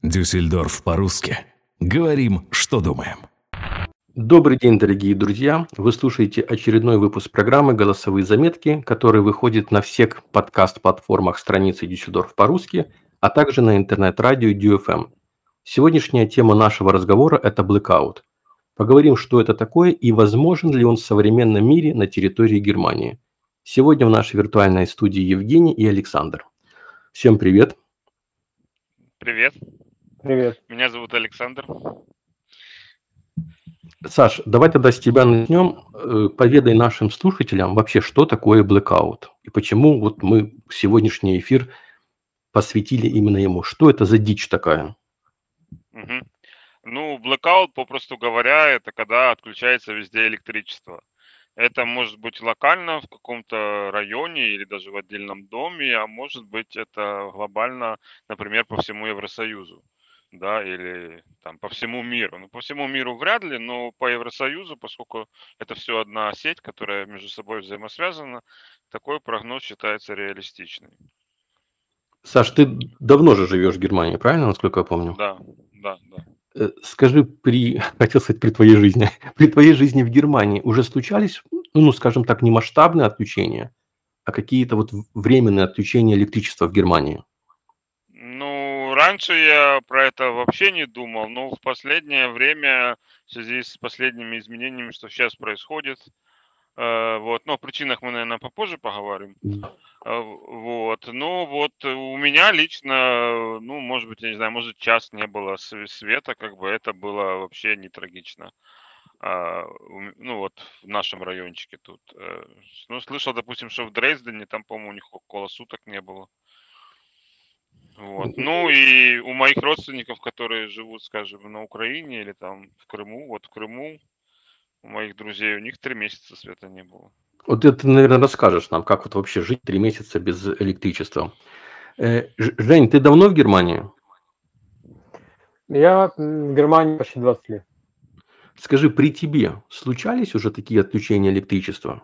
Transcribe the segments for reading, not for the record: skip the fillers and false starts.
Дюссельдорф по-русски. Говорим, что думаем. Добрый день, дорогие друзья! Вы слушаете очередной выпуск программы «Голосовые заметки», который выходит на всех подкаст-платформах страницы Дюссельдорф по-русски, а также на интернет-радио DFM. Сегодняшняя тема нашего разговора – это blackout. Поговорим, что это такое и возможен ли он в современном мире на территории Германии. Сегодня в нашей виртуальной студии Евгений и Александр. Всем привет! Привет, Привет. меня зовут Александр. Саш, давай тогда с тебя начнем. Поведай нашим слушателям вообще, что такое blackout и почему вот мы сегодняшний эфир посвятили именно ему. Что это за дичь такая? Мгм. Ну, blackout, попросту говоря, это когда отключается везде электричество. Это может быть локально в каком-то районе или даже в отдельном доме, а может быть это глобально, например, по всему Евросоюзу, да, или там по всему миру. Ну, по всему миру вряд ли, но по Евросоюзу, поскольку это все одна сеть, которая между собой взаимосвязана, такой прогноз считается реалистичным. Саш, ты давно же живешь в Германии, правильно, насколько я помню? Да, да, да. Скажи, хотел сказать, при твоей жизни, при твоей жизни в Германии уже случались, ну, скажем так, не масштабные отключения, а какие-то вот временные отключения электричества в Германии? Ну, раньше я про это вообще не думал, но в последнее время, в связи с последними изменениями, что сейчас происходит, вот, но о причинах мы, наверное, попозже поговорим. Вот, ну вот у меня лично, ну, может быть, я не знаю, может, час не было света, как бы это было вообще не трагично. Ну вот в нашем райончике тут. Ну, слышал, допустим, что в Дрездене там, по-моему, у них около суток не было. Вот. Ну и у моих родственников, которые живут, скажем, на Украине или там в Крыму, вот в Крыму у моих друзей, у них 3 месяца света не было. Вот это ты, наверное, расскажешь нам, как вот вообще жить 3 месяца без электричества. Жень, ты давно в Германии? Я в Германии почти 20 лет. Скажи, при тебе случались уже такие отключения электричества?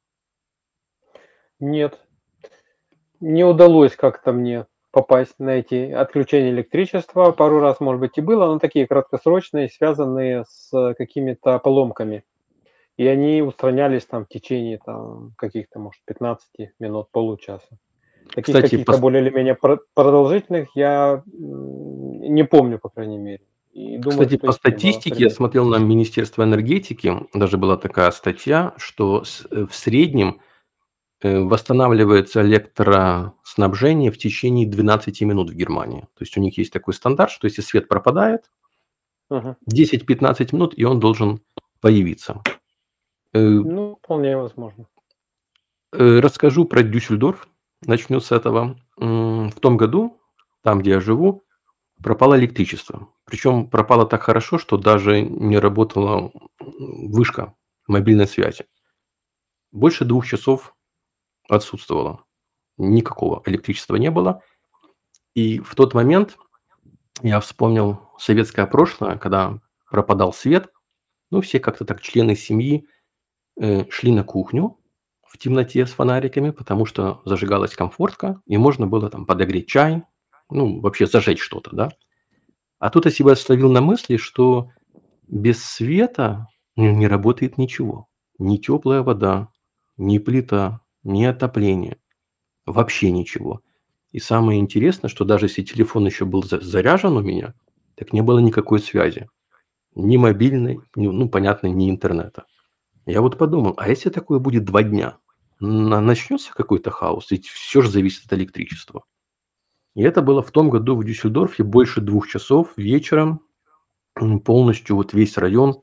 Нет, не удалось как-то мне попасть на эти отключения электричества. Пару раз, может быть, и было, но такие краткосрочные, связанные с какими-то поломками. И они устранялись там в течение там, каких-то, может, 15 минут, получаса. Таких Кстати, каких-то более или менее продолжительных я не помню, по крайней мере. И думаю, Кстати, что по их не было статистике, я смотрел на Министерство энергетики, даже была такая статья, что в среднем восстанавливается электроснабжение в течение 12 минут в Германии. То есть у них есть такой стандарт, что если свет пропадает, Мгм. 10-15 минут, и он должен появиться. Ну, вполне возможно. Расскажу про Дюссельдорф. Начну с этого. В том году, там, где я живу, пропало электричество. Причем пропало так хорошо, что даже не работала вышка мобильной связи. Больше 2 часов отсутствовало. Никакого электричества не было. И в тот момент я вспомнил советское прошлое, когда пропадал свет. Ну, все как-то так, члены семьи, шли на кухню в темноте с фонариками, потому что зажигалась комфортка, и можно было там подогреть чай, ну, вообще зажечь что-то, да. А тут я себя словил на мысли, что без света не работает ничего. Ни теплая вода, ни плита, ни отопление. Вообще ничего. И самое интересное, что даже если телефон еще был заряжен у меня, так не было никакой связи. Ни мобильной, ну, понятно, ни интернета. Я вот подумал, а если такое будет 2 дня? Начнется какой-то хаос, ведь все же зависит от электричества. И это было в том году в Дюссельдорфе больше 2 часов вечером. Полностью вот весь район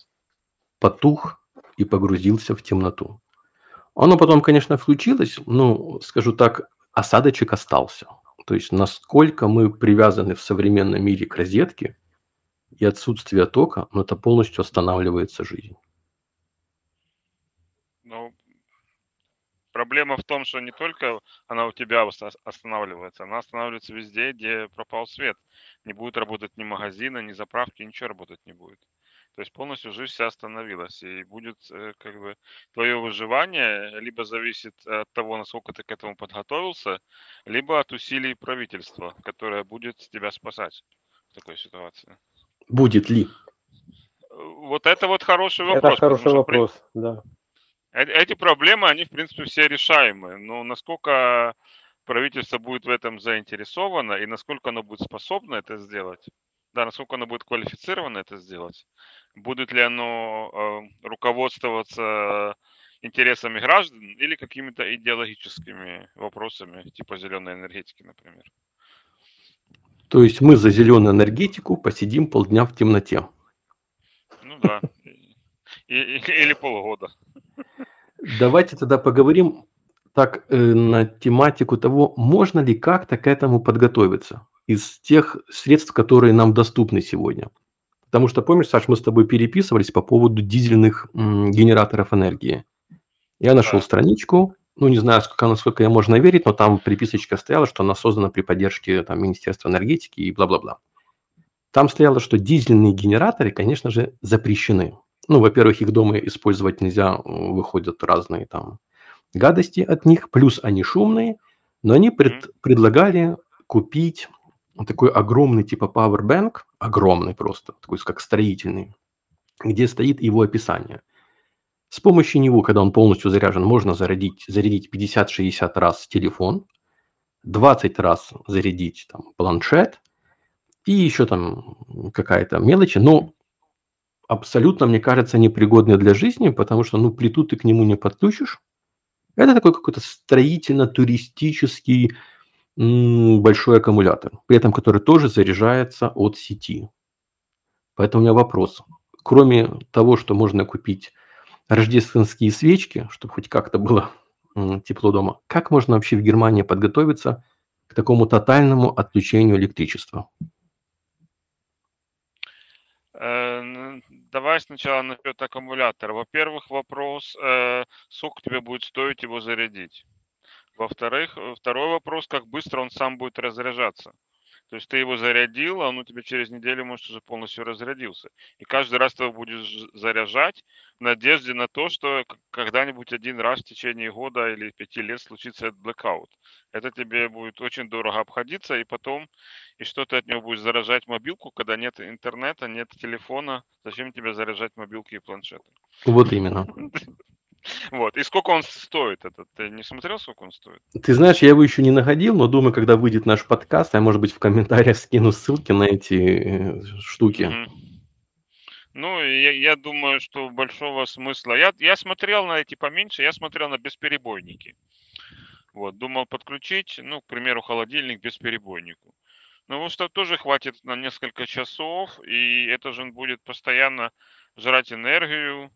потух и погрузился в темноту. Оно потом, конечно, включилось, ну, скажу так, осадочек остался. То есть, насколько мы привязаны в современном мире к розетке и отсутствие тока, ну, это полностью останавливается жизнь. Ну, проблема в том, что не только она у тебя останавливается, она останавливается везде, где пропал свет. Не будет работать ни магазина, ни заправки, ничего работать не будет. То есть полностью жизнь вся остановилась. И будет как бы твое выживание либо зависит от того, насколько ты к этому подготовился, либо от усилий правительства, которое будет тебя спасать. в такой ситуации? Будет ли? Вот это вот хороший Это вопрос, потому хороший что вопрос, да. эти проблемы, они, в принципе, все решаемые. Но насколько правительство будет в этом заинтересовано и насколько оно будет способно это сделать, да, насколько оно будет квалифицировано это сделать, будет ли оно руководствоваться интересами граждан или какими-то идеологическими вопросами, типа зеленой энергетики, например. То есть мы за зеленую энергетику посидим полдня в темноте. Ну да. Или полгода. Давайте тогда поговорим так на тематику того, можно ли как-то к этому подготовиться из тех средств, которые нам доступны сегодня. Потому что, помнишь, Саш, мы с тобой переписывались по поводу дизельных генераторов энергии. Я нашел Да. страничку, ну, не знаю, насколько я можно верить, но там приписочка стояла, что она создана при поддержке там, Министерства энергетики и бла-бла-бла. Там стояло, что дизельные генераторы, конечно же, запрещены. Ну, во-первых, их дома использовать нельзя, выходят разные там гадости от них, плюс они шумные, но они предлагали купить такой огромный типа Powerbank, огромный просто, такой как строительный, где стоит его описание. С помощью него, когда он полностью заряжен, можно зарядить 50-60 раз телефон, 20 раз зарядить там, планшет и еще там какая-то мелочь, но абсолютно, мне кажется, непригодный для жизни, потому что ну, плиту ты к нему не подключишь. Это такой какой-то строительно-туристический большой аккумулятор, при этом который тоже заряжается от сети. Поэтому у меня вопрос. Кроме того, что можно купить рождественские свечки, чтобы хоть как-то было тепло дома, как можно вообще в Германии подготовиться к такому тотальному отключению электричества? Давай сначала насчет аккумулятора. Во-первых, вопрос, сколько тебе будет стоить его зарядить. Во-вторых, второй вопрос, как быстро он сам будет разряжаться. То есть ты его зарядил, а он у тебя через неделю, может, уже полностью разрядился. И каждый раз ты его будешь заряжать в надежде на то, что когда-нибудь один раз в течение года или 5 лет случится этот blackout. Это тебе будет очень дорого обходиться, и потом, и что ты от него будешь заряжать мобилку, когда нет интернета, нет телефона. Зачем тебе заряжать мобилки и планшеты? Вот именно. Вот. И сколько он стоит этот? Ты не смотрел, сколько он стоит? Ты знаешь, я его еще не находил, но думаю, когда выйдет наш подкаст, я, может быть, в комментариях скину ссылки на эти штуки. Мгм. Ну, я думаю, что большого смысла. Я смотрел на эти поменьше, я смотрел на бесперебойники. Вот, думал подключить, ну, к примеру, холодильник бесперебойнику. Ну, вот что тоже хватит на несколько часов, и это же он будет постоянно жрать энергию.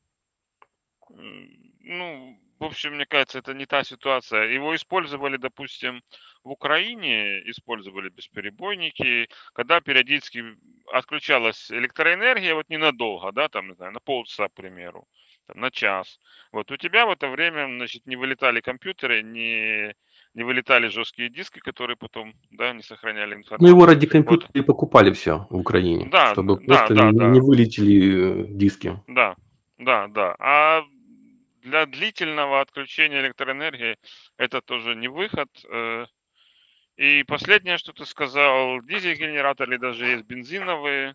Ну, в общем, мне кажется, это не та ситуация. Его использовали, допустим, в Украине, использовали бесперебойники, когда периодически отключалась электроэнергия, вот ненадолго, да, там, не знаю, на полчаса, к примеру, там, на час. Вот у тебя в это время, значит, не вылетали компьютеры, не вылетали жесткие диски, которые потом, да, не сохраняли Ну, его информацию. ради Вот, компьютера и покупали все в Украине, да, чтобы да, просто да, не да. вылетели диски. Да, да, да. А для длительного отключения электроэнергии это тоже не выход. И последнее, что ты сказал, дизель-генератор или даже есть бензиновые.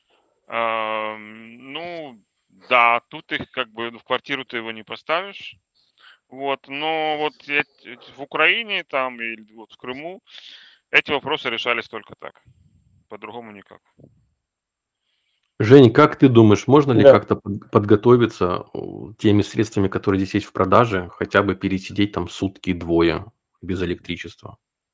Ну, да, тут их как бы в квартиру ты его не поставишь. Вот, но вот в Украине там или вот в Крыму эти вопросы решались только так. По-другому никак. Жень, как ты думаешь, можно ли Да. как-то подготовиться теми средствами, которые здесь есть в продаже, хотя бы пересидеть там сутки-двое без электричества?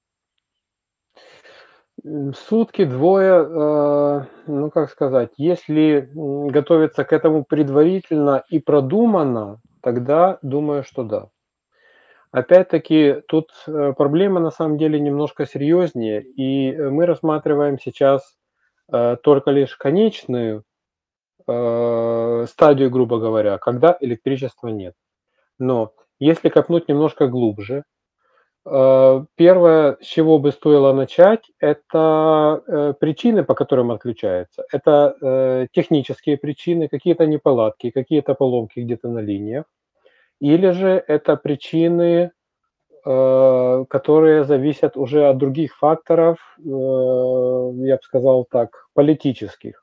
Сутки, двое, ну, как сказать, если готовиться к этому предварительно и продуманно, тогда думаю, что да. Опять-таки, тут проблема на самом деле немножко серьезнее, и мы рассматриваем сейчас только лишь конечную стадию, грубо говоря, когда электричества нет. Но если копнуть немножко глубже, первое, с чего бы стоило начать, это причины, по которым отключается. Это технические причины, какие-то неполадки, какие-то поломки где-то на линиях. Или же это причины которые зависят уже от других факторов, я бы сказал так, политических.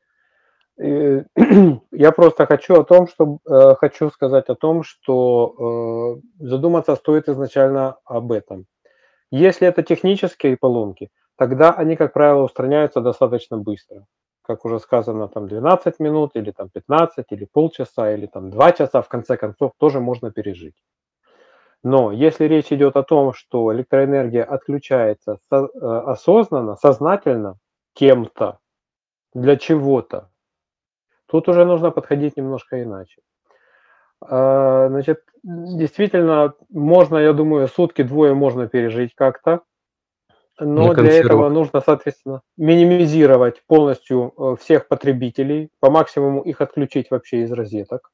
Я просто хочу сказать о том, что задуматься стоит изначально об этом. Если это технические поломки, тогда они, как правило, устраняются достаточно быстро. Как уже сказано, там 12 минут, или там 15, или полчаса, или там 2 часа, в конце концов, тоже можно пережить. Но если речь идет о том, что электроэнергия отключается осознанно, сознательно, кем-то, для чего-то, тут уже нужно подходить немножко иначе. Значит, действительно, можно, я думаю, сутки-двое можно пережить как-то, но для этого Наконсервах. нужно, соответственно, минимизировать полностью всех потребителей, по максимуму их отключить вообще из розеток,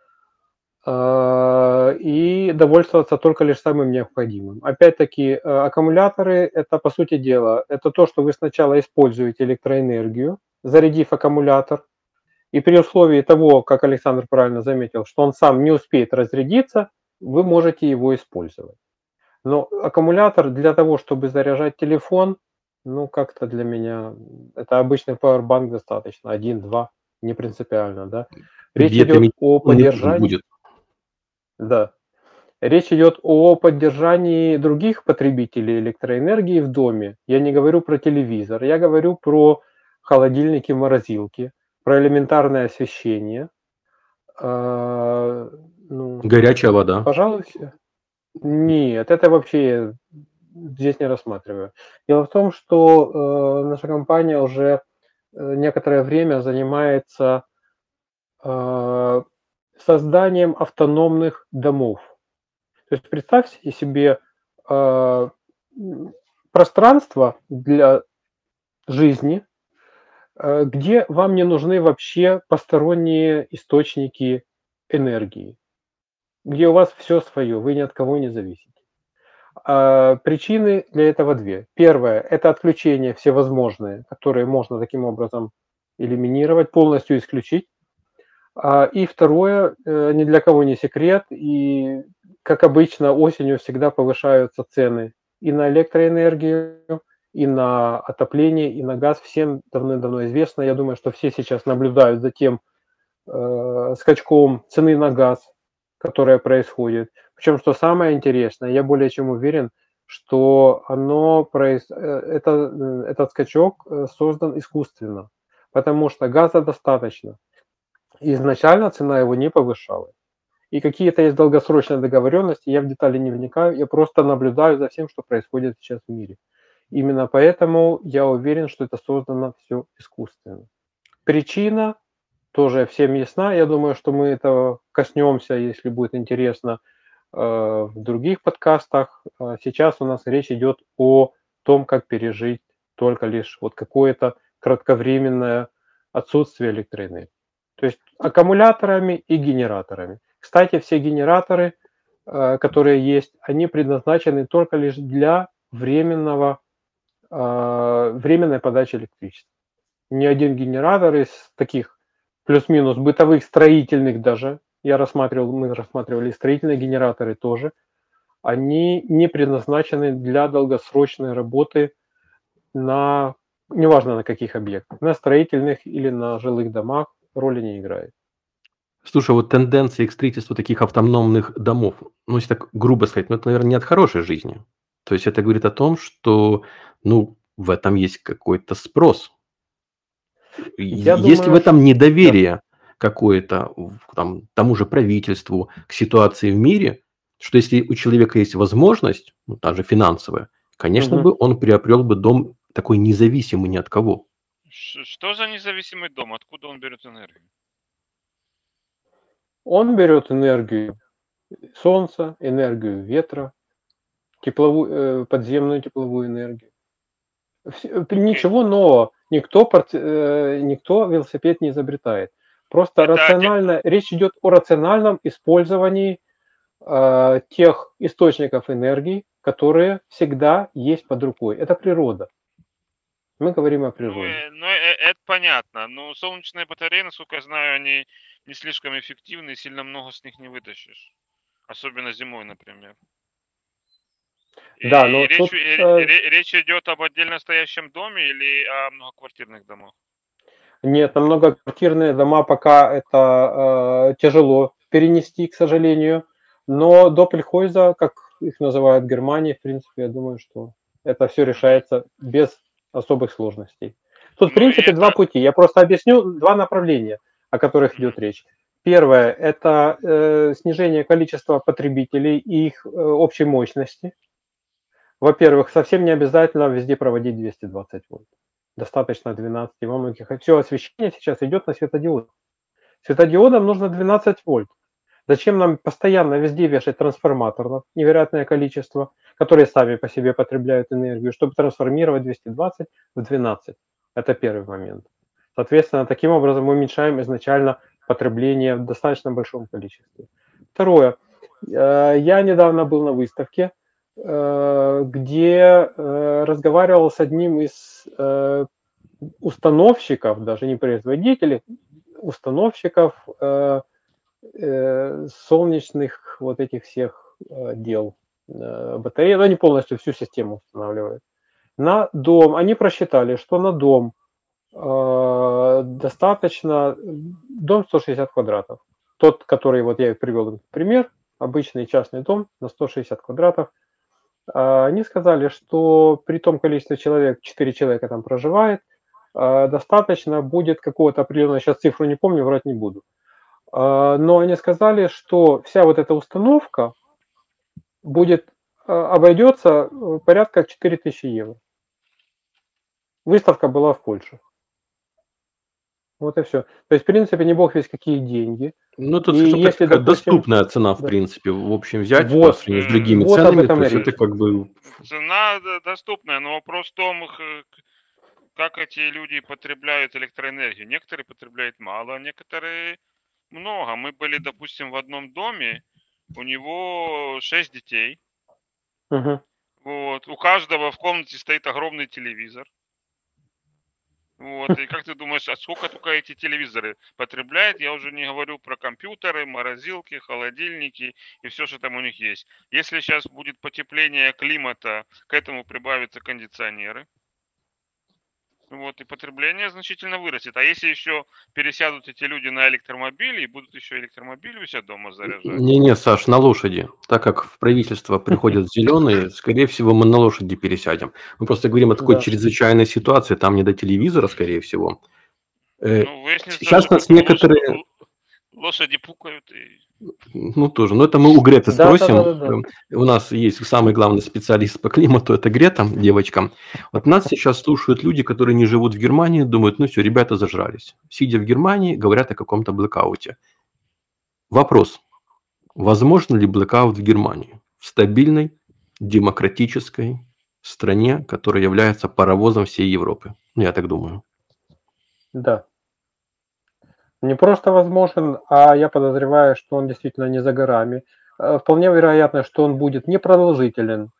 и довольствоваться только лишь самым необходимым. Опять-таки, аккумуляторы – это, по сути дела, это то, что вы сначала используете электроэнергию, зарядив аккумулятор, и при условии того, как Александр правильно заметил, что он сам не успеет разрядиться, вы можете его использовать. Но аккумулятор для того, чтобы заряжать телефон, ну, как-то для меня это обычный пауэрбанк достаточно, 1-2, не принципиально, да. Речь Где-то идет о он не нужен поддержании, будет. да, речь идет о поддержании других потребителей электроэнергии в доме. Я не говорю про телевизор, я говорю про холодильники, морозилки, про элементарное освещение. Ну, Горячая вода. пожалуй, всё. Нет, это вообще здесь не рассматриваю. Дело в том, что, наша компания уже, некоторое время занимается, а, созданием автономных домов. То есть представьте себе, а, пространство для жизни, где вам не нужны вообще посторонние источники энергии, где у вас все свое, вы ни от кого не зависите. Причины для этого 2. Первое – это отключения всевозможные, которые можно таким образом элиминировать, полностью исключить. И второе, ни для кого не секрет, и, как обычно, осенью всегда повышаются цены и на электроэнергию, и на отопление, и на газ. Всем давным-давно известно. Я думаю, что все сейчас наблюдают за тем, скачком цены на газ, которая происходит. Причем, что самое интересное, я более чем уверен, что этот скачок создан искусственно, потому что газа достаточно. Изначально цена его не повышалась. И какие-то есть долгосрочные договоренности, я в детали не вникаю, я просто наблюдаю за всем, что происходит сейчас в мире. Именно поэтому я уверен, что это создано все искусственно. Причина тоже всем ясна. Я думаю, что мы этого коснемся, если будет интересно, в других подкастах. Сейчас у нас речь идет о том, как пережить только лишь вот какое-то кратковременное отсутствие электроэнергии. То есть аккумуляторами и генераторами. Кстати, все генераторы, которые есть, они предназначены только лишь для временной подачи электричества. Ни один генератор из таких плюс-минус бытовых, строительных даже, мы рассматривали строительные генераторы тоже, они не предназначены для долгосрочной работы неважно на каких объектах, на строительных или на жилых домах, роли не играет. Слушай, вот тенденция к строительству таких автономных домов, ну, если так грубо сказать, ну, это, наверное, не от хорошей жизни. То есть это говорит о том, что, ну, в этом есть какой-то спрос. Я Есть ли в думаю, этом да. недоверие какое-то там, тому же правительству, к ситуации в мире, что если у человека есть возможность, ну, та же финансовая, конечно Мгм. бы он приобрел бы дом такой независимый ни от кого. Что за независимый дом? Откуда он берет энергию? Он берет энергию солнца, энергию ветра, подземную тепловую энергию. Окей. Ничего нового. Никто велосипед не изобретает. Просто Это речь идет о рациональном использовании тех источников энергии, которые всегда есть под рукой. Это природа. Мы говорим о природе. это понятно. Но солнечные батареи, насколько я знаю, они не слишком эффективны, и сильно много с них не вытащишь. Особенно зимой, например. Да, И но речь, тут речь идет об отдельно стоящем доме или о многоквартирных домах? нет, на многоквартирные дома пока это тяжело перенести, к сожалению. Но Doppelhäuser, как их называют в Германии, в принципе, я думаю, что это все Мгм. решается без особых сложностей. Тут, в Ну и принципе, два это... пути. Я просто объясню два направления, о которых Мгм. идет речь. Первое– это снижение количества потребителей и их общей мощности. Во-первых, совсем не обязательно везде проводить 220 вольт. Достаточно 12 во многих. Все освещение сейчас идет на светодиод. Светодиодам нужно 12 вольт. Зачем нам постоянно везде вешать трансформаторов, невероятное количество, которые сами по себе потребляют энергию, чтобы трансформировать 220 в 12? Это первый момент. Соответственно, таким образом мы уменьшаем изначально потребление в достаточно большом количестве. Второе. Я недавно был на выставке, где разговаривал с одним из установщиков, даже не производителей, установщиков солнечных вот этих всех дел батареи, но они полностью всю систему устанавливают. На дом, они просчитали, что на дом достаточно, дом 160 квадратов. Тот, который вот я привел пример, обычный частный дом на 160 квадратов. Они сказали, что при том количестве человек, 4 человека там проживает, достаточно будет какого-то определенного, сейчас цифру не помню, врать не буду. Но они сказали, что вся вот эта установка будет обойдется порядка 4000 евро. Выставка была в Польше. Вот и все. То есть, в принципе, не бог весть какие деньги. Ну, тут, И скажем так, если, такая допустим, доступная цена, в да, принципе, в общем взять по вот, сравнению с другими вот об ценами. этом То и есть это речь. как бы... Цена доступная, но вопрос в том, как эти люди потребляют электроэнергию. Некоторые потребляют мало, а некоторые много. Мы были, допустим, в одном доме, у него 6 детей. Мгм. Вот. У каждого в комнате стоит огромный телевизор. Вот. И как ты думаешь, а сколько только эти телевизоры потребляют? Я уже не говорю про компьютеры, морозилки, холодильники и все, что там у них есть. Если сейчас будет потепление климата, к этому прибавятся кондиционеры. Вот, и потребление значительно вырастет. А если еще пересядут эти люди на электромобили и будут еще электромобили у себя дома заряжать? Не-не, Саш, на лошади. Так как в правительство приходят зеленые, скорее всего, мы на лошади пересядем. Мы просто говорим о такой Да. чрезвычайной ситуации, там не до телевизора, скорее всего. Ну, выяснится, Сейчас что нас как-то некоторые... лошади пукают. И... Ну, тоже. Но это мы у Греты Да, да, спросим. да, да, да. У нас есть самый главный специалист по климату, это Грета, девочка. Вот нас сейчас слушают люди, которые не живут в Германии, думают, ну все, ребята зажрались. Сидя в Германии, говорят о каком-то блэкауте. Вопрос. Возможно ли блэкаут в Германии? В стабильной, демократической стране, которая является паровозом всей Европы. Ну, я так думаю. Да. Не просто возможен, а я подозреваю, что он действительно не за горами. Вполне вероятно, что он будет непродолжителен,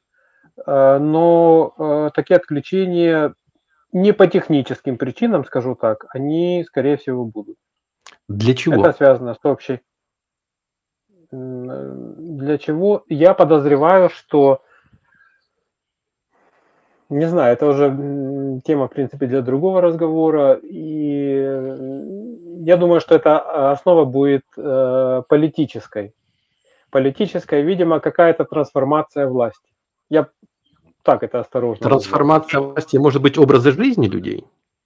но такие отключения не по техническим причинам, скажу так, они, скорее всего, будут. Для Это чего? связано с общей... Для чего? Я подозреваю, что... Не знаю, это уже тема, в принципе, для другого разговора. И я думаю, что эта основа будет политической. Политическая, видимо, какая-то трансформация власти. Я так это осторожно назвал. Трансформация власти, может быть, образа жизни людей?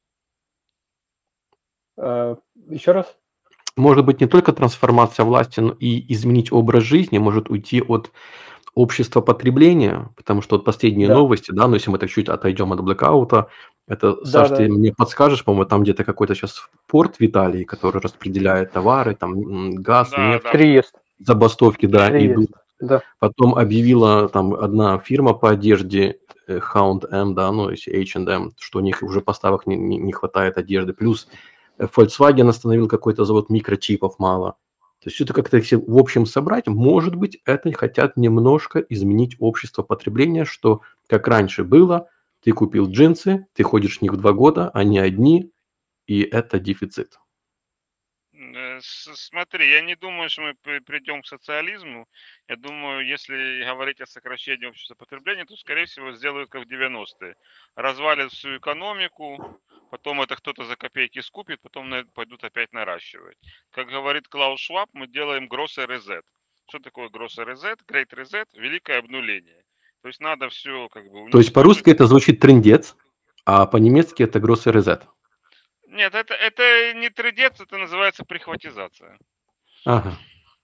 Еще раз? Может быть, не только трансформация власти, но и изменить образ жизни, может уйти от общества потребления, потому что вот последние Да. новости, да, но если мы так чуть отойдем от блэкаута, это, Да, Саш, да. ты мне подскажешь, по-моему, там где-то какой-то сейчас порт в Италии, который распределяет товары, там газ, Да, нефть, да. Триест. забастовки, да, идут. Триест. Да. Потом объявила там одна фирма по одежде, H&M, да, ну, если H&M, что у них уже поставок не хватает одежды. Плюс Volkswagen остановил какой-то завод, микрочипов мало. То есть это как-то если в общем собрать, может быть, это хотят немножко изменить общество потребления, что как раньше было, ты купил джинсы, ты ходишь в них 2 года, они одни, и это дефицит. Смотри, я не думаю, что мы придем к социализму. Я думаю, если говорить о сокращении общества потребления, то, скорее всего, сделают как в 90-е. Развалят всю экономику, потом это кто-то за копейки скупит, потом пойдут опять наращивать. Как говорит Клаус Шваб, мы делаем gross reset. Что такое gross reset? Great reset – великое обнуление. То есть надо все как бы То есть по-русски это звучит трындец, а по-немецки это gross reset. Нет, это не трындец, это называется прихватизация. Ага.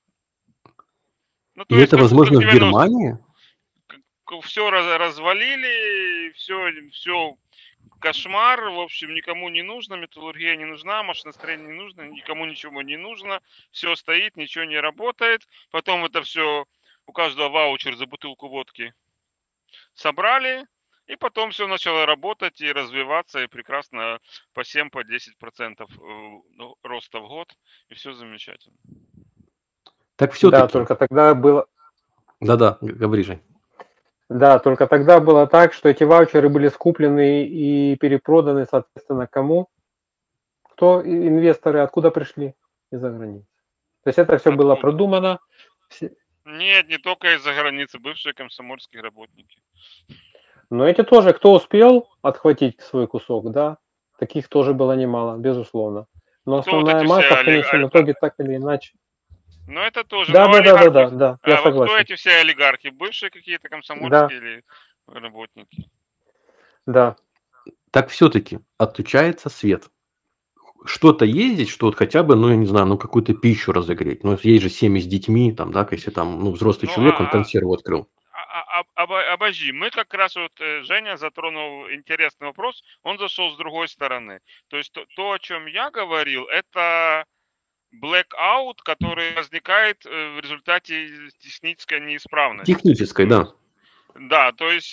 Ну, И это возможно в Германии? Все развалили, все кошмар, в общем, никому не нужно, металлургия не нужна, машиностроение не нужно, никому ничего не нужно, все стоит, ничего не работает, потом это все, у каждого ваучер за бутылку водки собрали, и потом все начало работать и развиваться, и прекрасно по 7-10% роста в год, и все замечательно. Так все-таки. Да, только тогда было... Да-да, говори, Жень. Да, только тогда было так, что эти ваучеры были скуплены и перепроданы, соответственно, кому? Кто инвесторы, откуда пришли? Из-за границы. То есть это все было продумано. Нет, не только из-за границы, бывшие комсомольские работники. Но эти тоже, кто успел отхватить свой кусок, да, таких тоже было немало, безусловно. Но основная масса в конечном итоге так или иначе. Ну, это тоже. Да, я согласен. Кто эти все олигархи? Бывшие какие-то комсомольские или работники? Да. Так все-таки отключается свет. Что-то ездить, что вот хотя бы, ну, я не знаю, ну, какую-то пищу разогреть. Ну, есть же семьи с детьми, там, да, если там, ну, взрослый человек, он консерву открыл. Обожди, мы как раз вот, Женя затронул интересный вопрос, он зашел с другой стороны. То есть то, о чем я говорил, это blackout, который возникает в результате технической неисправности. Технической, да. Да, то есть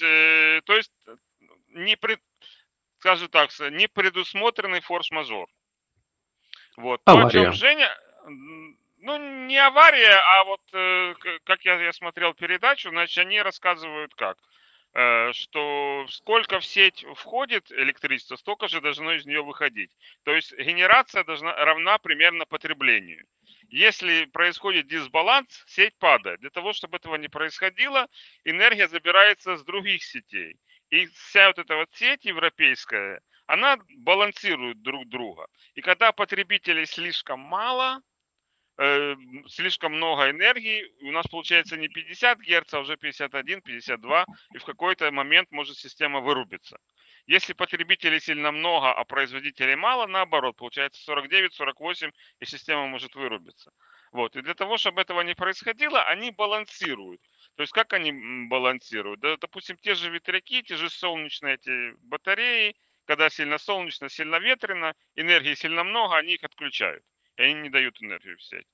скажу так, непредусмотренный форс-мажор. Вот. То, о чем Женя... Ну, не авария, а вот как я смотрел передачу, значит, они рассказывают как. Что сколько в сеть входит электричество, столько же должно из нее выходить. То есть генерация равна примерно потреблению. Если происходит дисбаланс, сеть падает. Для того, чтобы этого не происходило, энергия забирается с других сетей. И вся вот эта вот сеть европейская, она балансирует друг друга. И когда потребителей слишком мало, слишком много энергии, у нас получается не 50 Гц, а уже 51, 52, и в какой-то момент может система вырубиться. Если потребителей сильно много, а производителей мало, наоборот, получается 49, 48, и система может вырубиться. Вот. И для того, чтобы этого не происходило, они балансируют. То есть как они балансируют? Да, допустим, те же ветряки, те же солнечные эти батареи, когда сильно солнечно, сильно ветрено, энергии сильно много, они их отключают. И они не дают энергию в сеть.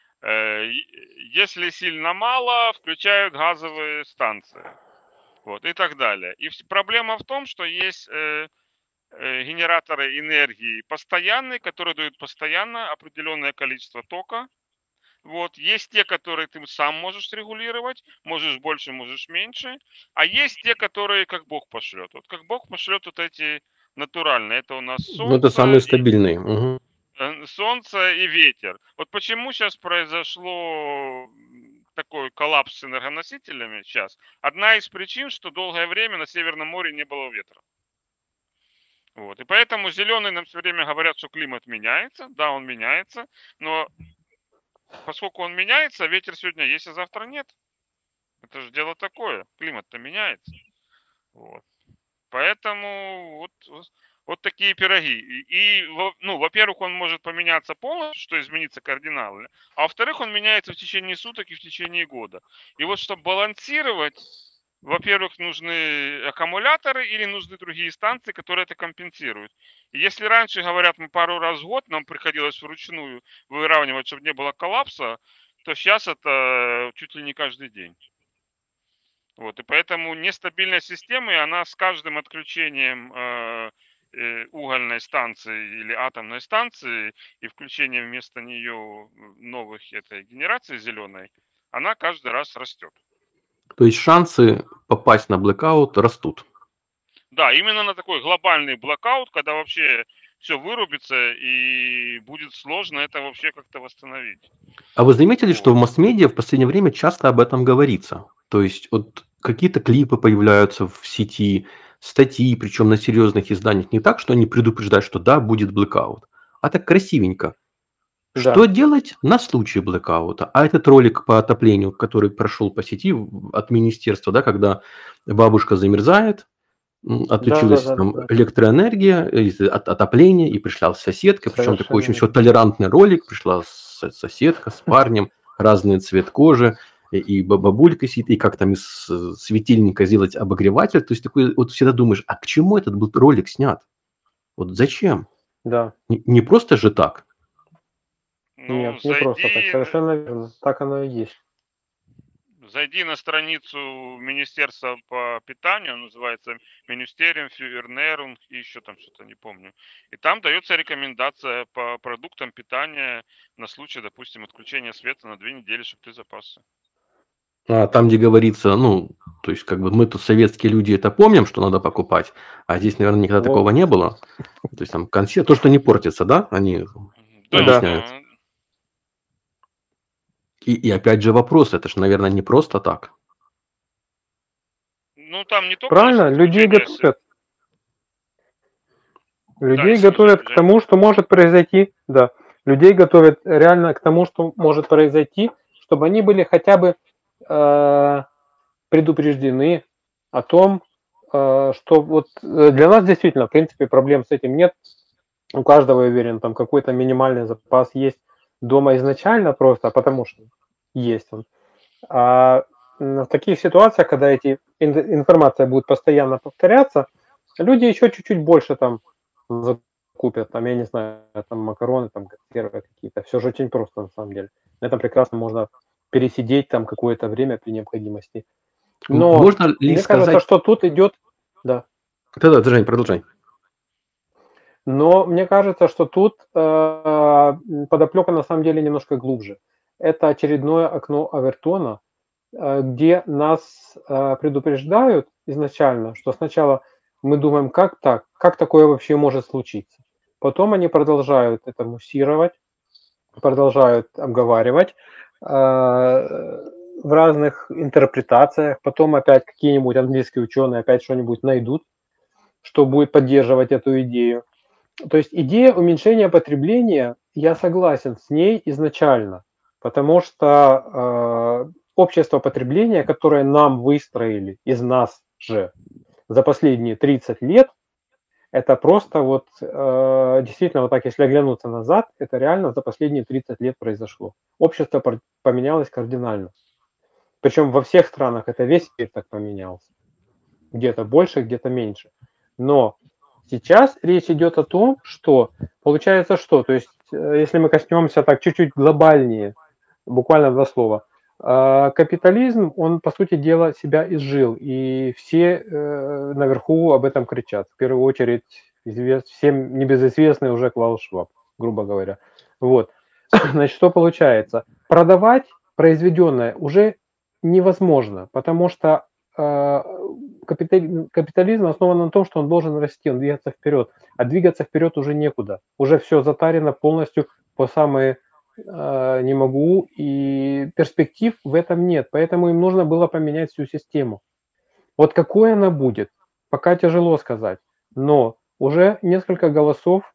Если сильно мало, включают газовые станции. Вот, и так далее. И проблема в том, что есть генераторы энергии постоянные, которые дают постоянно определенное количество тока. Вот. Есть те, которые ты сам можешь регулировать, можешь больше, можешь меньше. А есть те, которые как Бог пошлет. Вот как Бог пошлет вот эти натуральные. Это у нас солнце. Ну, это самые стабильные. Угу. Солнце и ветер. Вот почему сейчас произошло такой коллапс с энергоносителями сейчас. Одна из причин, что долгое время на Северном море не было ветра. Вот. И поэтому зеленые нам все время говорят, что климат меняется. Да, он меняется, но поскольку он меняется, ветер сегодня есть, а завтра нет. Это же дело такое. Климат-то меняется. Вот. Поэтому вот такие пироги. И, ну, во-первых, он может поменяться полностью, что изменится кардинально. А во-вторых, он меняется в течение суток и в течение года. И вот чтобы балансировать, во-первых, нужны аккумуляторы или нужны другие станции, которые это компенсируют. И если раньше, говорят, мы пару раз в год, нам приходилось вручную выравнивать, чтобы не было коллапса, то сейчас это чуть ли не каждый день. Вот, и поэтому нестабильность системы, она с каждым отключением угольной станции или атомной станции и включением вместо нее новых этой генерации зеленой, она каждый раз растет. То есть шансы попасть на блэкаут растут. Да, именно на такой глобальный блэкаут, когда вообще все вырубится, и будет сложно это вообще как-то восстановить. А вы заметили, что в Вот. масс-медиа в последнее время часто об этом говорится? То есть вот какие-то клипы появляются в сети, статьи, причем на серьезных изданиях. Не так, что они предупреждают, что да, будет блэкаут, а так красивенько. Что Да, делать на случай блэкаута? А этот ролик по отоплению, который прошел по сети от министерства, да, когда бабушка замерзает, да, отключилась да, да, там да, электроэнергия, отопление, и пришла соседка, причем такой совершенно очень все верно. толерантный ролик, пришла соседка с парнем, разный цвет кожи, и бабулька сидит, и как там из светильника сделать обогреватель. То есть такой, вот всегда думаешь, а к чему этот был ролик снят? Вот зачем? Да, Не просто же так. Ну, нет, не просто так, зайди, совершенно верно. Так оно и есть. зайди на страницу Министерства по питанию, называется Министериум für Ernährung, и еще там что-то, не помню. И там дается рекомендация по продуктам питания на случай, допустим, отключения света на 2 недели, чтобы ты запасся. А там, где говорится, ну, то есть, как бы мы-то советские люди это помним, что надо покупать, а здесь, наверное, никогда такого Вот. не было. То есть там консерв, то, что не портится, да, они Да, объясняют. да. И опять же вопрос, это же, наверное, не просто так. Ну, там не только Правильно, насчет людей отключения готовят. Да, Людей извини, готовят к Жень. тому, что может произойти. Да. Людей готовят реально к тому, что может произойти, чтобы они были хотя бы предупреждены о том, что вот для нас действительно, в принципе, проблем с этим нет. У каждого, я уверен, там какой-то минимальный запас есть дома изначально просто, потому что есть он. А в таких ситуациях, когда эти информация будет постоянно повторяться, люди еще чуть-чуть больше там закупят, там, я не знаю, там макароны, там консервы какие-то. Все же очень просто на самом деле. На этом прекрасно можно пересидеть там какое-то время при необходимости. Но Можно ли мне кажется, сказать... что тут идет, да. Да-да, Жень, продолжай. Но мне кажется, что тут подоплека на самом деле немножко глубже. Это очередное окно Авертона, где нас предупреждают изначально, что сначала мы думаем, как так, как такое вообще может случиться. Потом они продолжают это муссировать, продолжают обговаривать в разных интерпретациях. Потом опять какие-нибудь английские ученые опять что-нибудь найдут, что будет поддерживать эту идею. То есть идея уменьшения потребления, я согласен с ней изначально, потому что общество потребления, которое нам выстроили из нас же за последние 30 лет, это просто вот действительно вот так, если оглянуться назад, это реально за последние 30 лет произошло. Общество поменялось кардинально. Причем во всех странах это весь мир так поменялся. Где-то больше, где-то меньше. Но сейчас речь идет о том, что получается что? То есть, если мы коснемся так чуть-чуть глобальнее, буквально два слова, капитализм, он, по сути дела, себя изжил, и все наверху об этом кричат. В первую очередь, всем небезызвестный уже Клаус Шваб, грубо говоря. Вот. Значит, что получается? Продавать произведенное уже невозможно, потому что капитализм основан на том, что он должен расти, он двигаться вперед, а двигаться вперед уже некуда. Уже все затарено полностью по самые не могу, и перспектив в этом нет. Поэтому им нужно было поменять всю систему. Вот какой она будет, пока тяжело сказать. Но уже несколько голосов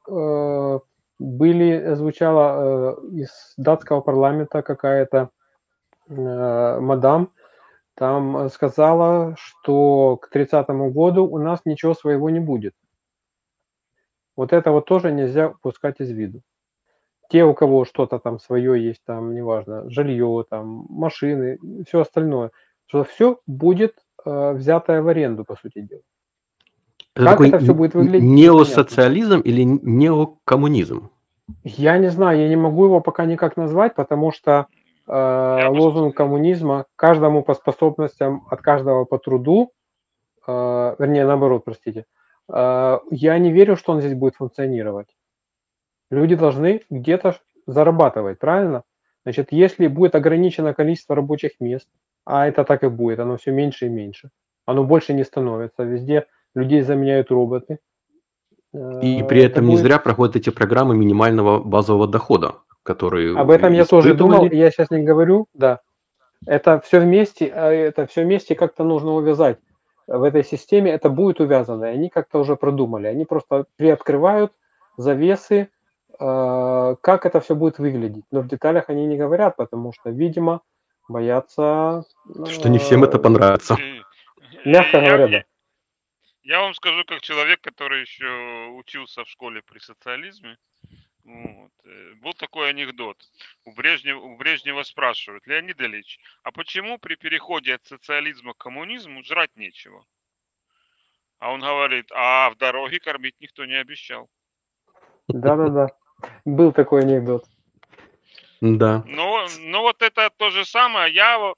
звучало из датского парламента какая-то мадам, там сказала, что к 30-му году у нас ничего своего не будет. Вот это вот тоже нельзя упускать из виду. Те, у кого что-то там свое есть, там, неважно, жилье, там, машины, все остальное, что все будет взятое в аренду, по сути дела. Это Как такой это все будет выглядеть, непонятно. неосоциализм или неокоммунизм? Я не знаю, я не могу его пока никак назвать, потому что лозунг коммунизма каждому по способностям, от каждого по труду, вернее, наоборот, простите, я не верю, что он здесь будет функционировать. Люди должны где-то зарабатывать, правильно? Значит, если будет ограничено количество рабочих мест, а это так и будет, оно все меньше и меньше, оно больше не становится, везде людей заменяют роботы, И при Это этом не будет... зря проходят эти программы минимального базового дохода, которые Об этом я тоже думал, испытывали. я сейчас не говорю, да. Это все вместе как-то нужно увязать. В этой системе это будет увязано, и они как-то уже продумали. Они просто приоткрывают завесы, как это все будет выглядеть. Но в деталях они не говорят, потому что, видимо, боятся, Что не всем это понравится. И- мягко говоря, Я, да. я вам скажу, как человек, который еще учился в школе при социализме, вот, был такой анекдот. У Брежнева спрашивают: Леонид Ильич, а почему при переходе от социализма к коммунизму жрать нечего? А он говорит: а в дороге кормить никто не обещал. Да-да-да. Был такой анекдот. Да. Ну вот это то же самое.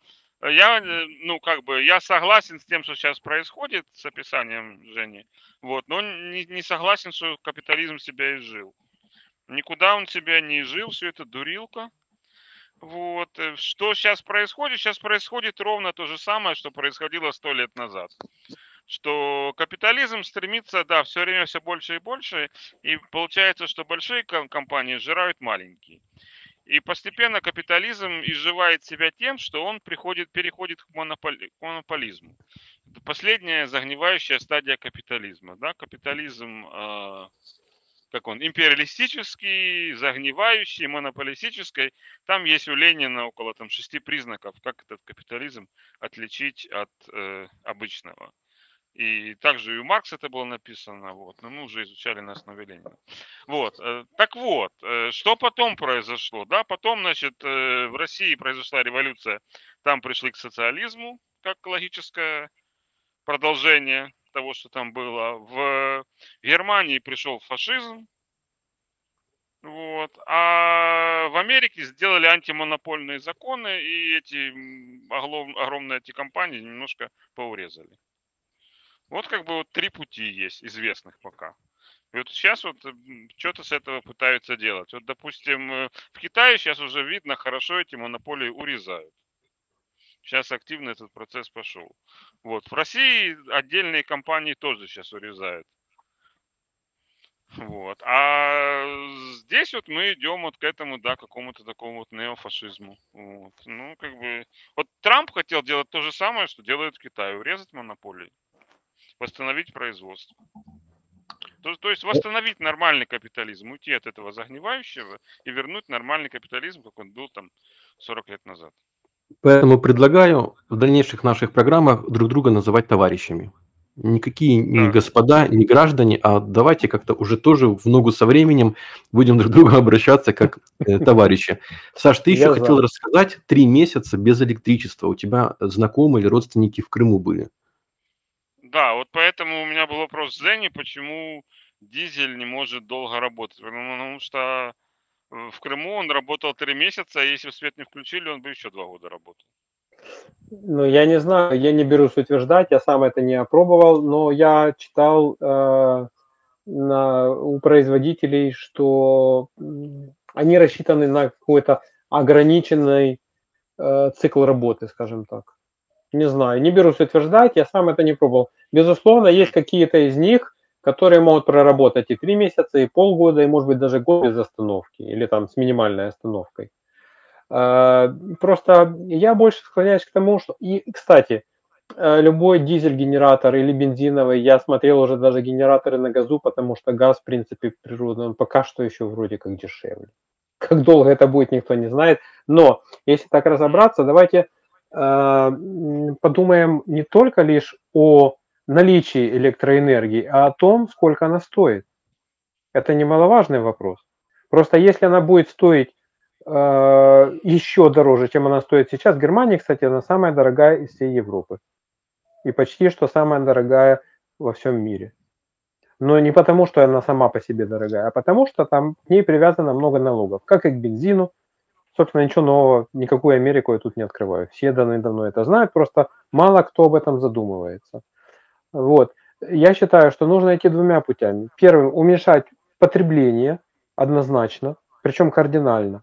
Я согласен с тем, что сейчас происходит с описанием Жени. Вот, но не согласен, что капитализм себя изжил. Никуда он себя не изжил, все это дурилка. Вот. Что сейчас происходит? Сейчас происходит ровно то же самое, что происходило 100 лет назад. Что капитализм стремится, да, все время все больше и больше, и получается, что большие компании сжирают маленькие. И постепенно капитализм изживает себя тем, что он переходит к монополизму. Это последняя загнивающая стадия капитализма. Да? Капитализм, как он, империалистический, загнивающий, монополистический. Там есть у Ленина около 6 признаков, как этот капитализм отличить от обычного. И также и у Маркса это было написано, вот, но мы уже изучали на основе Ленина. Вот, так вот, что потом произошло, да, потом, значит, в России произошла революция, там пришли к социализму, как логическое продолжение того, что там было. В Германии пришел фашизм, вот, а в Америке сделали антимонопольные законы, и эти огромные эти компании немножко поурезали. Вот как бы вот 3 пути есть, известных пока. И вот сейчас вот что-то с этого пытаются делать. Вот, допустим, в Китае сейчас уже видно, хорошо эти монополии урезают. Сейчас активно этот процесс пошел. Вот. В России отдельные компании тоже сейчас урезают. Вот. А здесь вот мы идем вот к этому, да, какому-то такому вот неофашизму. Вот. Ну, как бы... Вот Трамп хотел делать то же самое, что делают в Китае. Урезать монополии. Восстановить производство. То есть восстановить нормальный капитализм, уйти от этого загнивающего и вернуть нормальный капитализм, как он был там 40 лет назад. Поэтому предлагаю в дальнейших наших программах друг друга называть товарищами. Никакие не Да. господа, не граждане, а давайте как-то уже тоже в ногу со временем будем друг к другу обращаться как товарищи. Саш, ты еще Я хотел за. рассказать 3 месяца без электричества. У тебя знакомые или родственники в Крыму были. Да, вот поэтому у меня был вопрос к Жене, почему дизель не может долго работать. Потому что в Крыму он работал 3 месяца, а если бы свет не включили, он бы еще 2 года работал. Ну, я не знаю, я не берусь утверждать, я сам это не опробовал, но я читал у производителей, что они рассчитаны на какой-то ограниченный цикл работы, скажем так. Не знаю, не берусь утверждать, я сам это не пробовал. Безусловно, есть какие-то из них, которые могут проработать и 3 месяца, и полгода, и, может быть, даже год без остановки, или там с минимальной остановкой. Просто я больше склоняюсь к тому, что... И, кстати, любой дизель-генератор или бензиновый, я смотрел уже даже генераторы на газу, потому что газ, в принципе, природный, он пока что еще вроде как дешевле. Как долго это будет, никто не знает. Но если так разобраться, давайте подумаем не только лишь о наличии электроэнергии, а о том, сколько она стоит. Это немаловажный вопрос. Просто если она будет стоить еще дороже, чем она стоит сейчас, Германия, кстати, она самая дорогая из всей Европы. И почти что самая дорогая во всем мире. Но не потому, что она сама по себе дорогая, а потому, что там к ней привязано много налогов, как и к бензину. Собственно, ничего нового, никакую Америку я тут не открываю. Все давно это знают, просто мало кто об этом задумывается. Вот. Я считаю, что нужно идти 2 путями. Первым – уменьшать потребление однозначно, причем кардинально.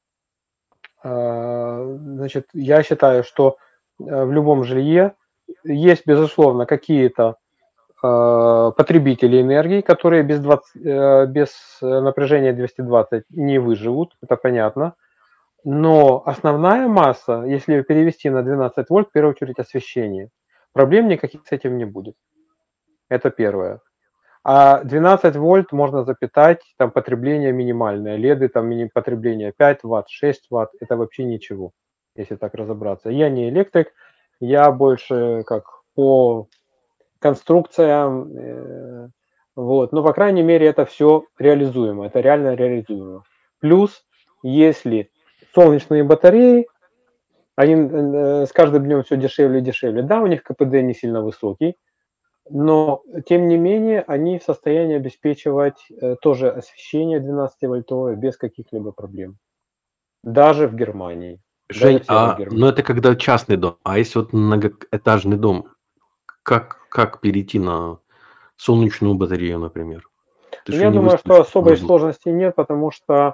Значит, я считаю, что в любом жилье есть, безусловно, какие-то потребителей энергии, которые без напряжения 220 не выживут, это понятно. Но основная масса, если перевести на 12 вольт, в первую очередь освещение. Проблем никаких с этим не будет. Это первое. А 12 вольт можно запитать, там потребление минимальное. Леды, там потребление 5 ватт, 6 ватт, это вообще ничего, если так разобраться. Я не электрик, я больше как по конструкциям, вот. Но, по крайней мере, это все реализуемо, это реально реализуемо. Плюс, если солнечные батареи, они с каждым днем все дешевле и дешевле. Да, у них КПД не сильно высокий, но, тем не менее, они в состоянии обеспечивать тоже освещение 12-вольтовое без каких-либо проблем. Даже в Германии. Жень, Даже в Северной Германии. но это когда частный дом. А если вот многоэтажный дом, как перейти на солнечную батарею, например? Ты же Я не думаю, что выставишь особой на дом. сложности нет, потому что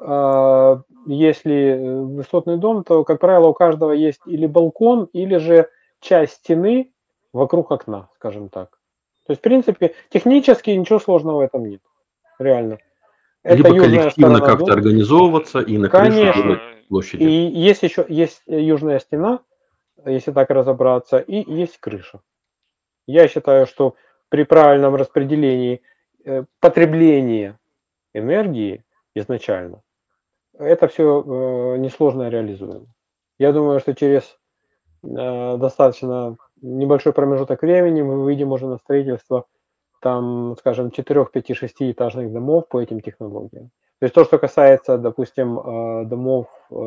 если высотный дом, то, как правило, у каждого есть или балкон, или же часть стены вокруг окна, скажем так. То есть, в принципе, технически ничего сложного в этом нет. Реально. Это Либо южная коллективно сторона как-то дома. организовываться и на крыше Конечно. делать Да, площади. И есть еще южная стена, если так разобраться, и есть крыша. Я считаю, что при правильном распределении потребления энергии изначально, это все несложно реализуемо. Я думаю, что через достаточно небольшой промежуток времени мы выйдем уже на строительство там, скажем, 4, 5, 6-этажных домов по этим технологиям. То есть то, что касается, допустим, домов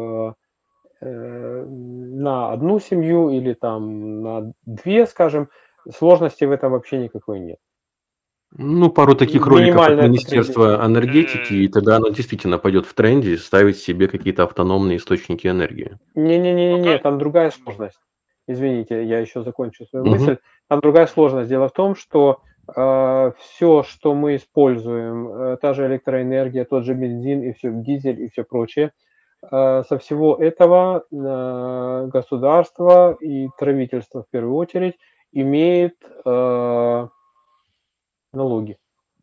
на одну семью или там на 2, скажем, сложности в этом вообще никакой нет. Ну, пару таких роликов от Минимальное Министерства энергетики, и Э, тогда оно действительно пойдет в тренде ставить себе какие-то автономные источники энергии. Не-не-не-не, пока... там другая сложность. Извините, я еще закончу свою Мгм. мысль. Там другая сложность. Дело в том, что все, что мы используем, та же электроэнергия, тот же бензин и все, дизель и все прочее, со всего этого государство и правительство в первую очередь имеет налоги.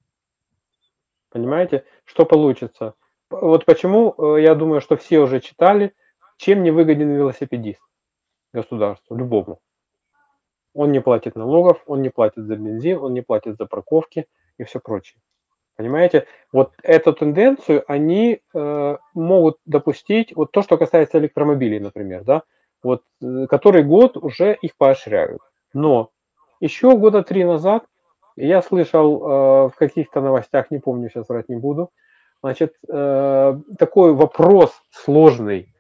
Понимаете, что получится? Вот почему я думаю, что все уже читали, чем не выгоден велосипедист государству, любому. Он не платит налогов, он не платит за бензин, он не платит за парковки и все прочее. Понимаете? Вот эту тенденцию они могут допустить, вот то, что касается электромобилей, например, да, вот который год уже их поощряют. Но еще года 3 назад я слышал в каких-то новостях, не помню, сейчас врать не буду, значит, такой вопрос сложный.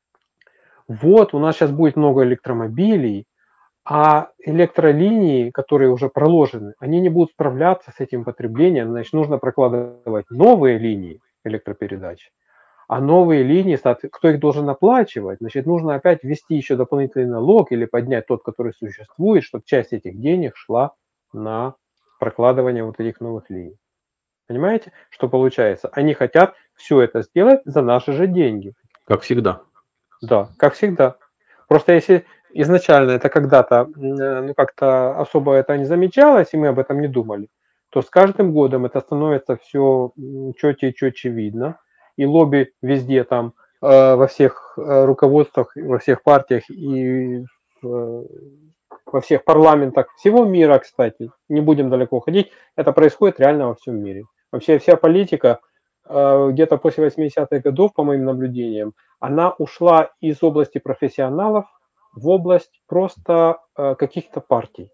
Вот, у нас сейчас будет много электромобилей, а электролинии, которые уже проложены, они не будут справляться с этим потреблением, значит, нужно прокладывать новые линии электропередач. А новые линии, кто их должен оплачивать? Значит, нужно опять ввести еще дополнительный налог или поднять тот, который существует, чтобы часть этих денег шла на прокладывание вот этих новых линий. Понимаете, что получается? Они хотят все это сделать за наши же деньги. Как всегда. Да, как всегда. Просто если изначально это когда-то, ну, как-то особо это не замечалось, и мы об этом не думали, то с каждым годом это становится все четче и четче видно. И лобби везде там, во всех руководствах, во всех партиях и во всех парламентах всего мира, кстати, не будем далеко ходить, это происходит реально во всем мире. Вообще вся политика где-то после 80-х годов, по моим наблюдениям, она ушла из области профессионалов в область просто каких-то партий.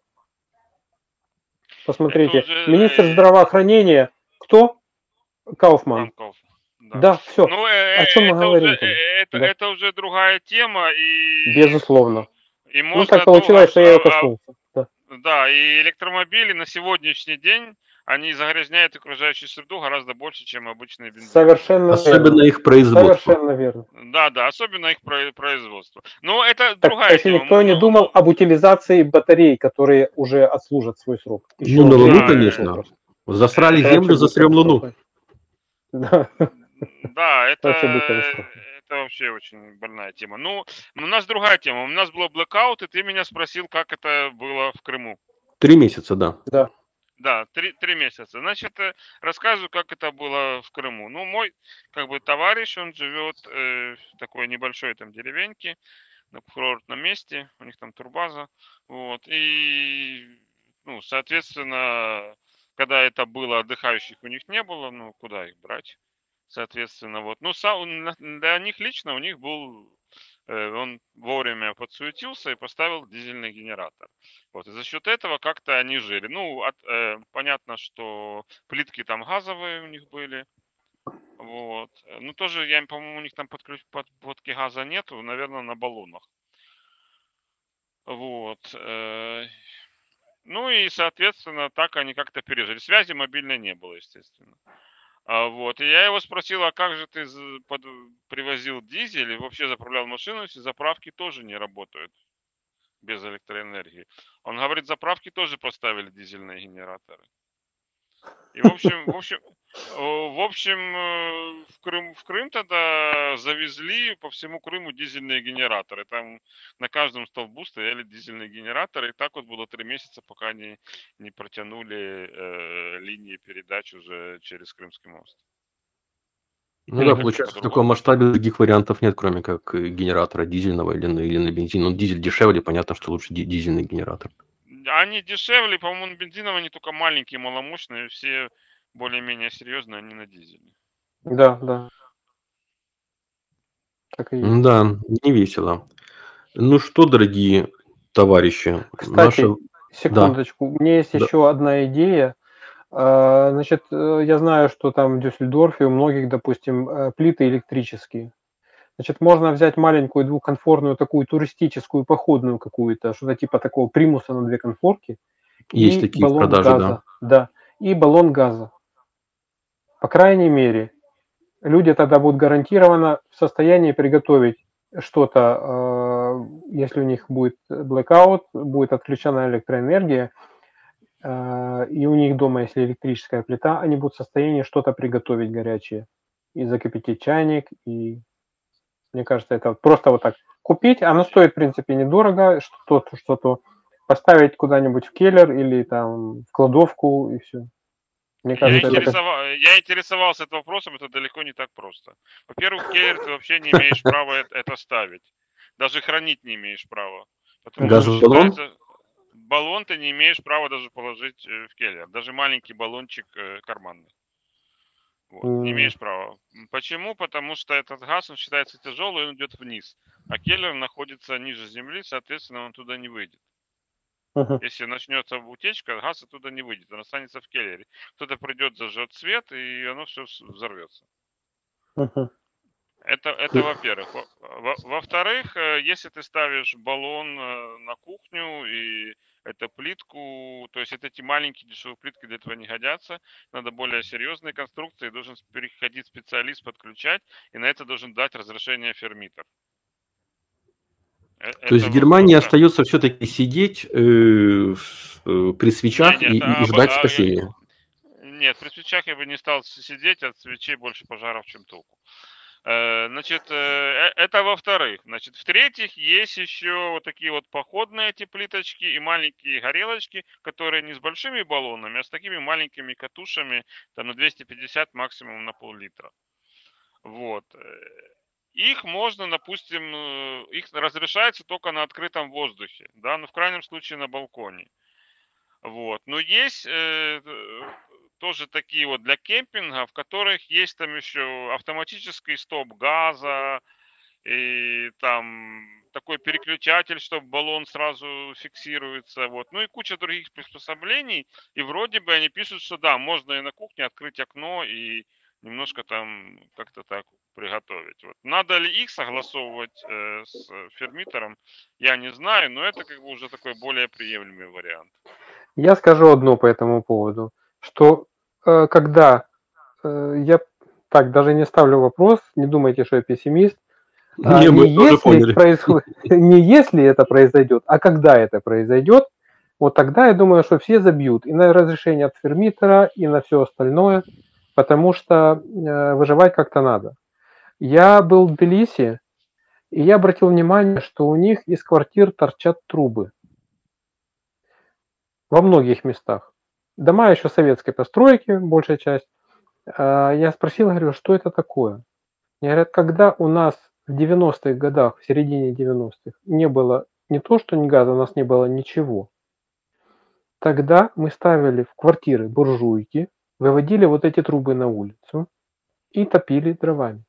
Посмотрите, уже министр здравоохранения кто? Кауфман. Франков. Да. Да, все. Ну, О чем мы это уже, говорим тогда? Да, это уже другая тема, и безусловно. Ну, можно так долго получилось, что я ее коснулся. Да. да, и электромобили на сегодняшний день, они загрязняют окружающую среду гораздо больше, чем обычные бензины. Совершенно Особенно верно. их производство. Совершенно верно. Да, особенно их производство. Но это Так, другая если тема. никто не думал об утилизации батарей, которые уже отслужат свой срок. Еще Ну, на Луну, Да, конечно. вопрос. Засрали Это Землю, вообще будет засрем Луну. катастрофа. Да, Да, вообще будет катастрофа. это вообще очень больная тема. Ну, у нас другая тема. У нас был блэкаут, и ты меня спросил, как это было в Крыму. 3 месяца, да. Да. Да, 3 месяца. Значит, рассказываю, как это было в Крыму. Ну, мой, как бы, товарищ, он живет в такой небольшой там деревеньке, на курортном месте, у них там турбаза, вот, и, ну, соответственно, когда это было, отдыхающих у них не было, ну, куда их брать, соответственно, вот, ну, для них лично, у них был, он вовремя подсуетился и поставил дизельный генератор, вот, и за счет этого как-то они жили, ну, понятно, что плитки там газовые у них были, вот. Ну, тоже, по-моему, у них там подводки газа нету, наверное, на баллонах. Вот. Ну и, соответственно, так они как-то пережили. Связи мобильной не было, естественно. Вот. И я его спросил, а как же ты привозил дизель и вообще заправлял машину, если заправки тоже не работают без электроэнергии? Он говорит, заправки тоже поставили дизельные генераторы. И в Крым тогда завезли по всему Крыму дизельные генераторы. Там на каждом столбу стояли дизельные генераторы. И так вот было 3 месяца, пока они не протянули линии передач уже через Крымский мост. Ну да, Как-то получается, в по-другому. таком масштабе других вариантов нет, кроме как генератора дизельного или на бензин. Ну, дизель дешевле, понятно, что лучше дизельный генератор. Они дешевле, по-моему, на бензиновые они только маленькие, маломощные. Все более-менее серьезные, они на дизеле. Да, да. Так и есть. Да, не весело. Ну что, дорогие товарищи, Кстати, наша... Да, секундочку. У меня есть да. еще одна идея. Значит, я знаю, что там в Дюссельдорфе у многих, допустим, плиты электрические. Значит, можно взять маленькую двухконфорную такую туристическую походную какую-то, что-то типа такого примуса на 2 конфорки Есть и такие в баллон продаже, да. газа. Да, и баллон газа. По крайней мере, люди тогда будут гарантированно в состоянии приготовить что-то, если у них будет blackout, будет отключена электроэнергия, и у них дома, если электрическая плита, они будут в состоянии что-то приготовить горячее. И закипятить чайник, и мне кажется, это просто вот так купить. Оно стоит, в принципе, недорого, что-то поставить куда-нибудь в келлер или там в кладовку, и все. Мне кажется, это Я интересовался этим вопросом, это далеко не так просто. Во-первых, в келлер ты вообще не имеешь права это ставить. Даже хранить не имеешь права. Потому что Газовый баллон? считается, баллон ты не имеешь права даже положить в келлер. Даже маленький баллончик карманный. Вот, не имеешь права. Почему? Потому что этот газ, он считается тяжелый, он идет вниз. А келлер находится ниже земли, соответственно, он туда не выйдет. Если начнется утечка, газ оттуда не выйдет, он останется в келлере. Кто-то придет, зажжет свет, и оно все взорвется. Это во-первых. Во-вторых, если ты ставишь баллон на кухню и это плитку, то есть это эти маленькие дешевые плитки для этого не годятся, надо более серьезные конструкции, должен переходить специалист, подключать, и на это должен дать разрешение фермитор. То есть в Германии остается все-таки сидеть при свечах и ждать спасения? Нет, при свечах я бы не стал сидеть, от свечей больше пожаров, чем толку. Значит, это во-вторых. Значит, в-третьих, есть еще вот такие вот походные эти плиточки и маленькие горелочки, которые не с большими баллонами, а с такими маленькими катушами, там на 250 максимум на пол-литра. Вот. Их можно, допустим, их разрешается только на открытом воздухе, да, но в крайнем случае на балконе. Вот. Но есть тоже такие вот для кемпинга, в которых есть там еще автоматический стоп газа и там такой переключатель, чтобы баллон сразу фиксируется, вот. Ну и куча других приспособлений, и вроде бы они пишут, что да, можно и на кухне открыть окно и немножко там как-то так приготовить. Вот. Надо ли их согласовывать с фермитором, я не знаю, но это как бы уже такой более приемлемый вариант. Я скажу одно по этому поводу, что когда я так даже не ставлю вопрос, не думайте, что я пессимист, не если это произойдет, а когда это произойдет, вот тогда я думаю, что все забьют и на разрешение от фермитора, и на все остальное, потому что выживать как-то надо. Я был в Тбилиси, и я обратил внимание, что у них из квартир торчат трубы. Во многих местах. дома еще советской постройки, большая часть. Я спросил, говорю, что это такое? Мне говорят, когда у нас в 90-х годах, в середине 90-х, не было не то, что ни газа, у нас не было ничего. Тогда мы ставили в квартиры буржуйки, выводили вот эти трубы на улицу и топили дровами.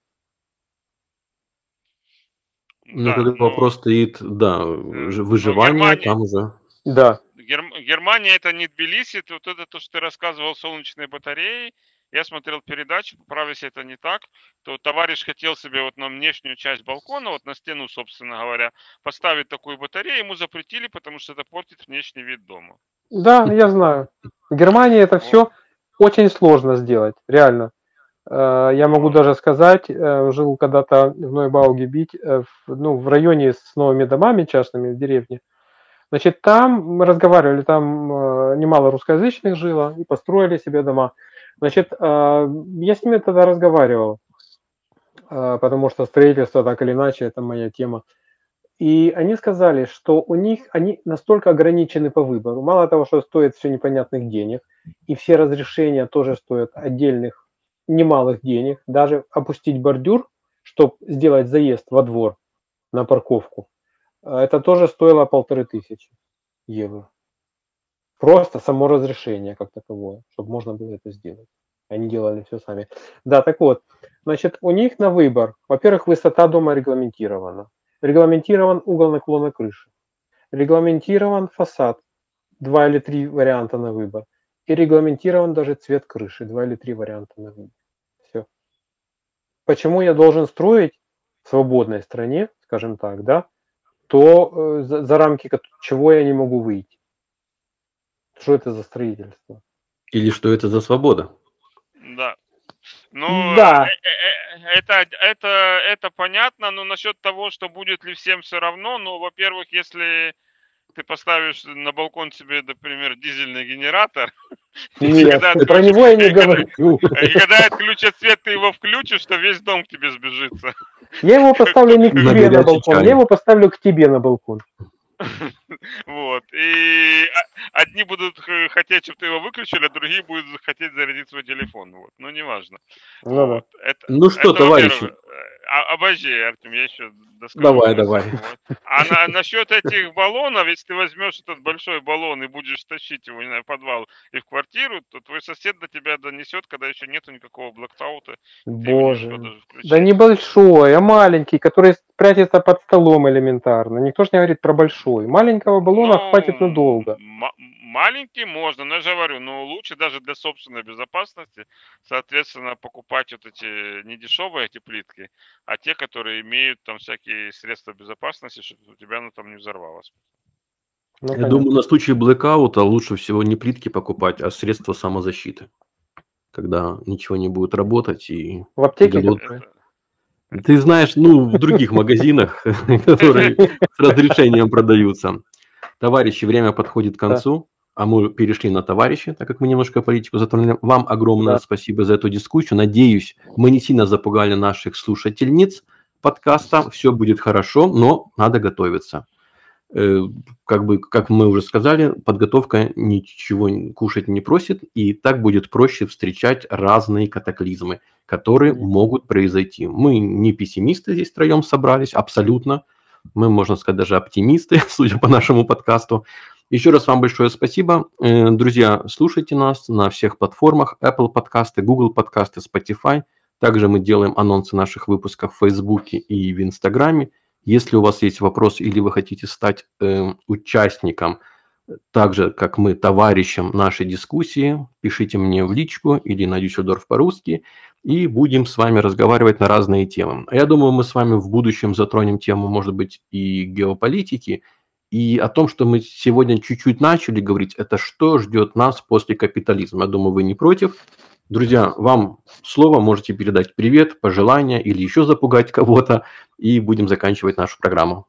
Ну, Да, когда но вопрос стоит, да, но выживание, Германия, там уже... Да, Германия это не Тбилиси, это вот это то, что ты рассказывал, солнечные батареи. Я смотрел передачу, поправь, если это не так, то товарищ хотел себе вот на внешнюю часть балкона, вот на стену, собственно говоря, поставить такую батарею, ему запретили, потому что это портит внешний вид дома. да, я знаю. В Германии это Вот, все очень сложно сделать, реально. Я могу вот. даже сказать, жил когда-то в Нойбауге-Бить, в районе с новыми домами частными в деревне. Значит, там мы разговаривали, там немало русскоязычных жило и построили себе дома. Значит, я с ними тогда разговаривал, потому что строительство так или иначе это моя тема. И они сказали, что у них они настолько ограничены по выбору. Мало того, что стоит все непонятных денег, и все разрешения тоже стоят отдельных немалых денег. Даже опустить бордюр, чтобы сделать заезд во двор на парковку, это тоже стоило 1500 евро. Просто само разрешение как таковое, чтобы можно было это сделать. Они делали все сами. Да, так вот, значит, у них на выбор, во-первых, высота дома регламентирована. Регламентирован угол наклона крыши. Регламентирован фасад, 2 или 3 варианта на выбор. И регламентирован даже цвет крыши, 2 или 3 варианта на выбор. Все. Почему я должен строить в свободной стране, скажем так, да, то за рамки чего я не могу выйти? Что это за строительство? Или что это за свобода? Да. Ну, Да, это понятно, но насчет того, что будет ли всем все равно, ну, во-первых, если ты поставишь на балкон себе, например, дизельный генератор, и нет, когда про него я не говорю. отключат свет, ты его включишь, то весь дом к тебе сбежится. Я его поставлю не к На тебе на горячий балкон, чай. я его поставлю к тебе на балкон. Вот. И одни будут хотеть, чтобы ты его выключили, а другие будут хотеть зарядить свой телефон. Вот. Ну, неважно. Ну да. Вот. Ну что, Это товарищи, во-первых. Обожди, Артем, я еще доскажу. давай. Вот. А насчет этих баллонов, если ты возьмешь этот большой баллон и будешь тащить его, не знаю, в подвал и в квартиру, то твой сосед до тебя донесет, когда еще нету никакого блэкаута, ты его не успел Боже. даже включить. Да не большой, а маленький, который прячется под столом элементарно. Никто же не говорит про большой. Маленького баллона хватит надолго. Маленький можно, но я же говорю, но лучше даже для собственной безопасности, соответственно, покупать вот эти не дешевые эти плитки, а те, которые имеют там всякие средства безопасности, чтобы у тебя оно там не взорвалось. Ну, Я думаю, на случай блэкаута лучше всего не плитки покупать, а средства самозащиты. Когда ничего не будет работать и... в аптеке голод- которые? Ты знаешь, в других магазинах, которые с разрешением продаются. Товарищи, время подходит к концу, а мы перешли на товарищи, так как мы немножко политику затронули. Вам огромное Да. спасибо за эту дискуссию. Надеюсь, мы не сильно запугали наших слушательниц подкаста. Все будет хорошо, но надо готовиться. Как мы уже сказали, подготовка ничего кушать не просит, и так будет проще встречать разные катаклизмы, которые могут произойти. Мы не пессимисты здесь втроем собрались, абсолютно. Мы, можно сказать, даже оптимисты, судя по нашему подкасту. Еще раз вам большое спасибо. Друзья, слушайте нас на всех платформах: Apple подкасты, Google подкасты, Spotify. Также мы делаем анонсы наших выпусков в Фейсбуке и в Инстаграме. Если у вас есть вопрос или вы хотите стать участником, так же, как мы, товарищем нашей дискуссии, пишите мне в личку или на Дюссельдорф по-русски, и будем с вами разговаривать на разные темы. Я думаю, мы с вами в будущем затронем тему, может быть, и геополитики, и о том, что мы сегодня чуть-чуть начали говорить, это что ждет нас после капитализма. Я думаю, вы не против. Друзья, вам слово, можете передать привет, пожелания или еще запугать кого-то, и будем заканчивать нашу программу.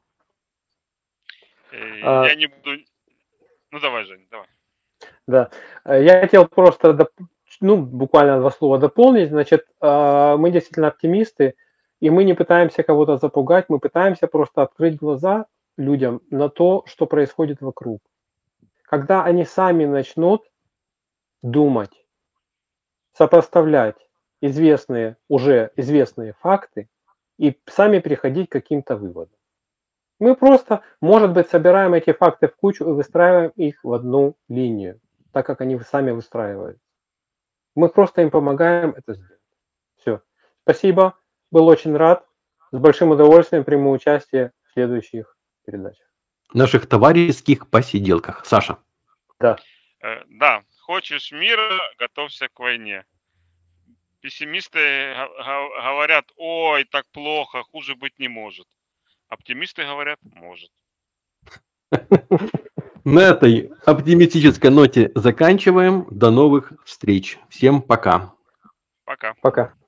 Я не буду... Ну, давай, Жень, давай. Да. Я хотел просто, буквально 2 слова дополнить. Значит, мы действительно оптимисты, и мы не пытаемся кого-то запугать, мы пытаемся просто открыть глаза людям на то, что происходит вокруг. Когда они сами начнут думать, сопоставлять уже известные факты и сами приходить к каким-то выводам. Мы просто, может быть, собираем эти факты в кучу и выстраиваем их в одну линию, так как они сами выстраиваются. Мы просто им помогаем это сделать. Все. Спасибо. Был очень рад. С большим удовольствием приму участие в следующих передачах. Наших товарищеских посиделках. Саша. Да. Да, хочешь мира, готовься к войне. Пессимисты говорят, ой, так плохо, хуже быть не может. Оптимисты говорят, может. На этой оптимистической ноте заканчиваем. До новых встреч. Всем пока. Пока. Пока.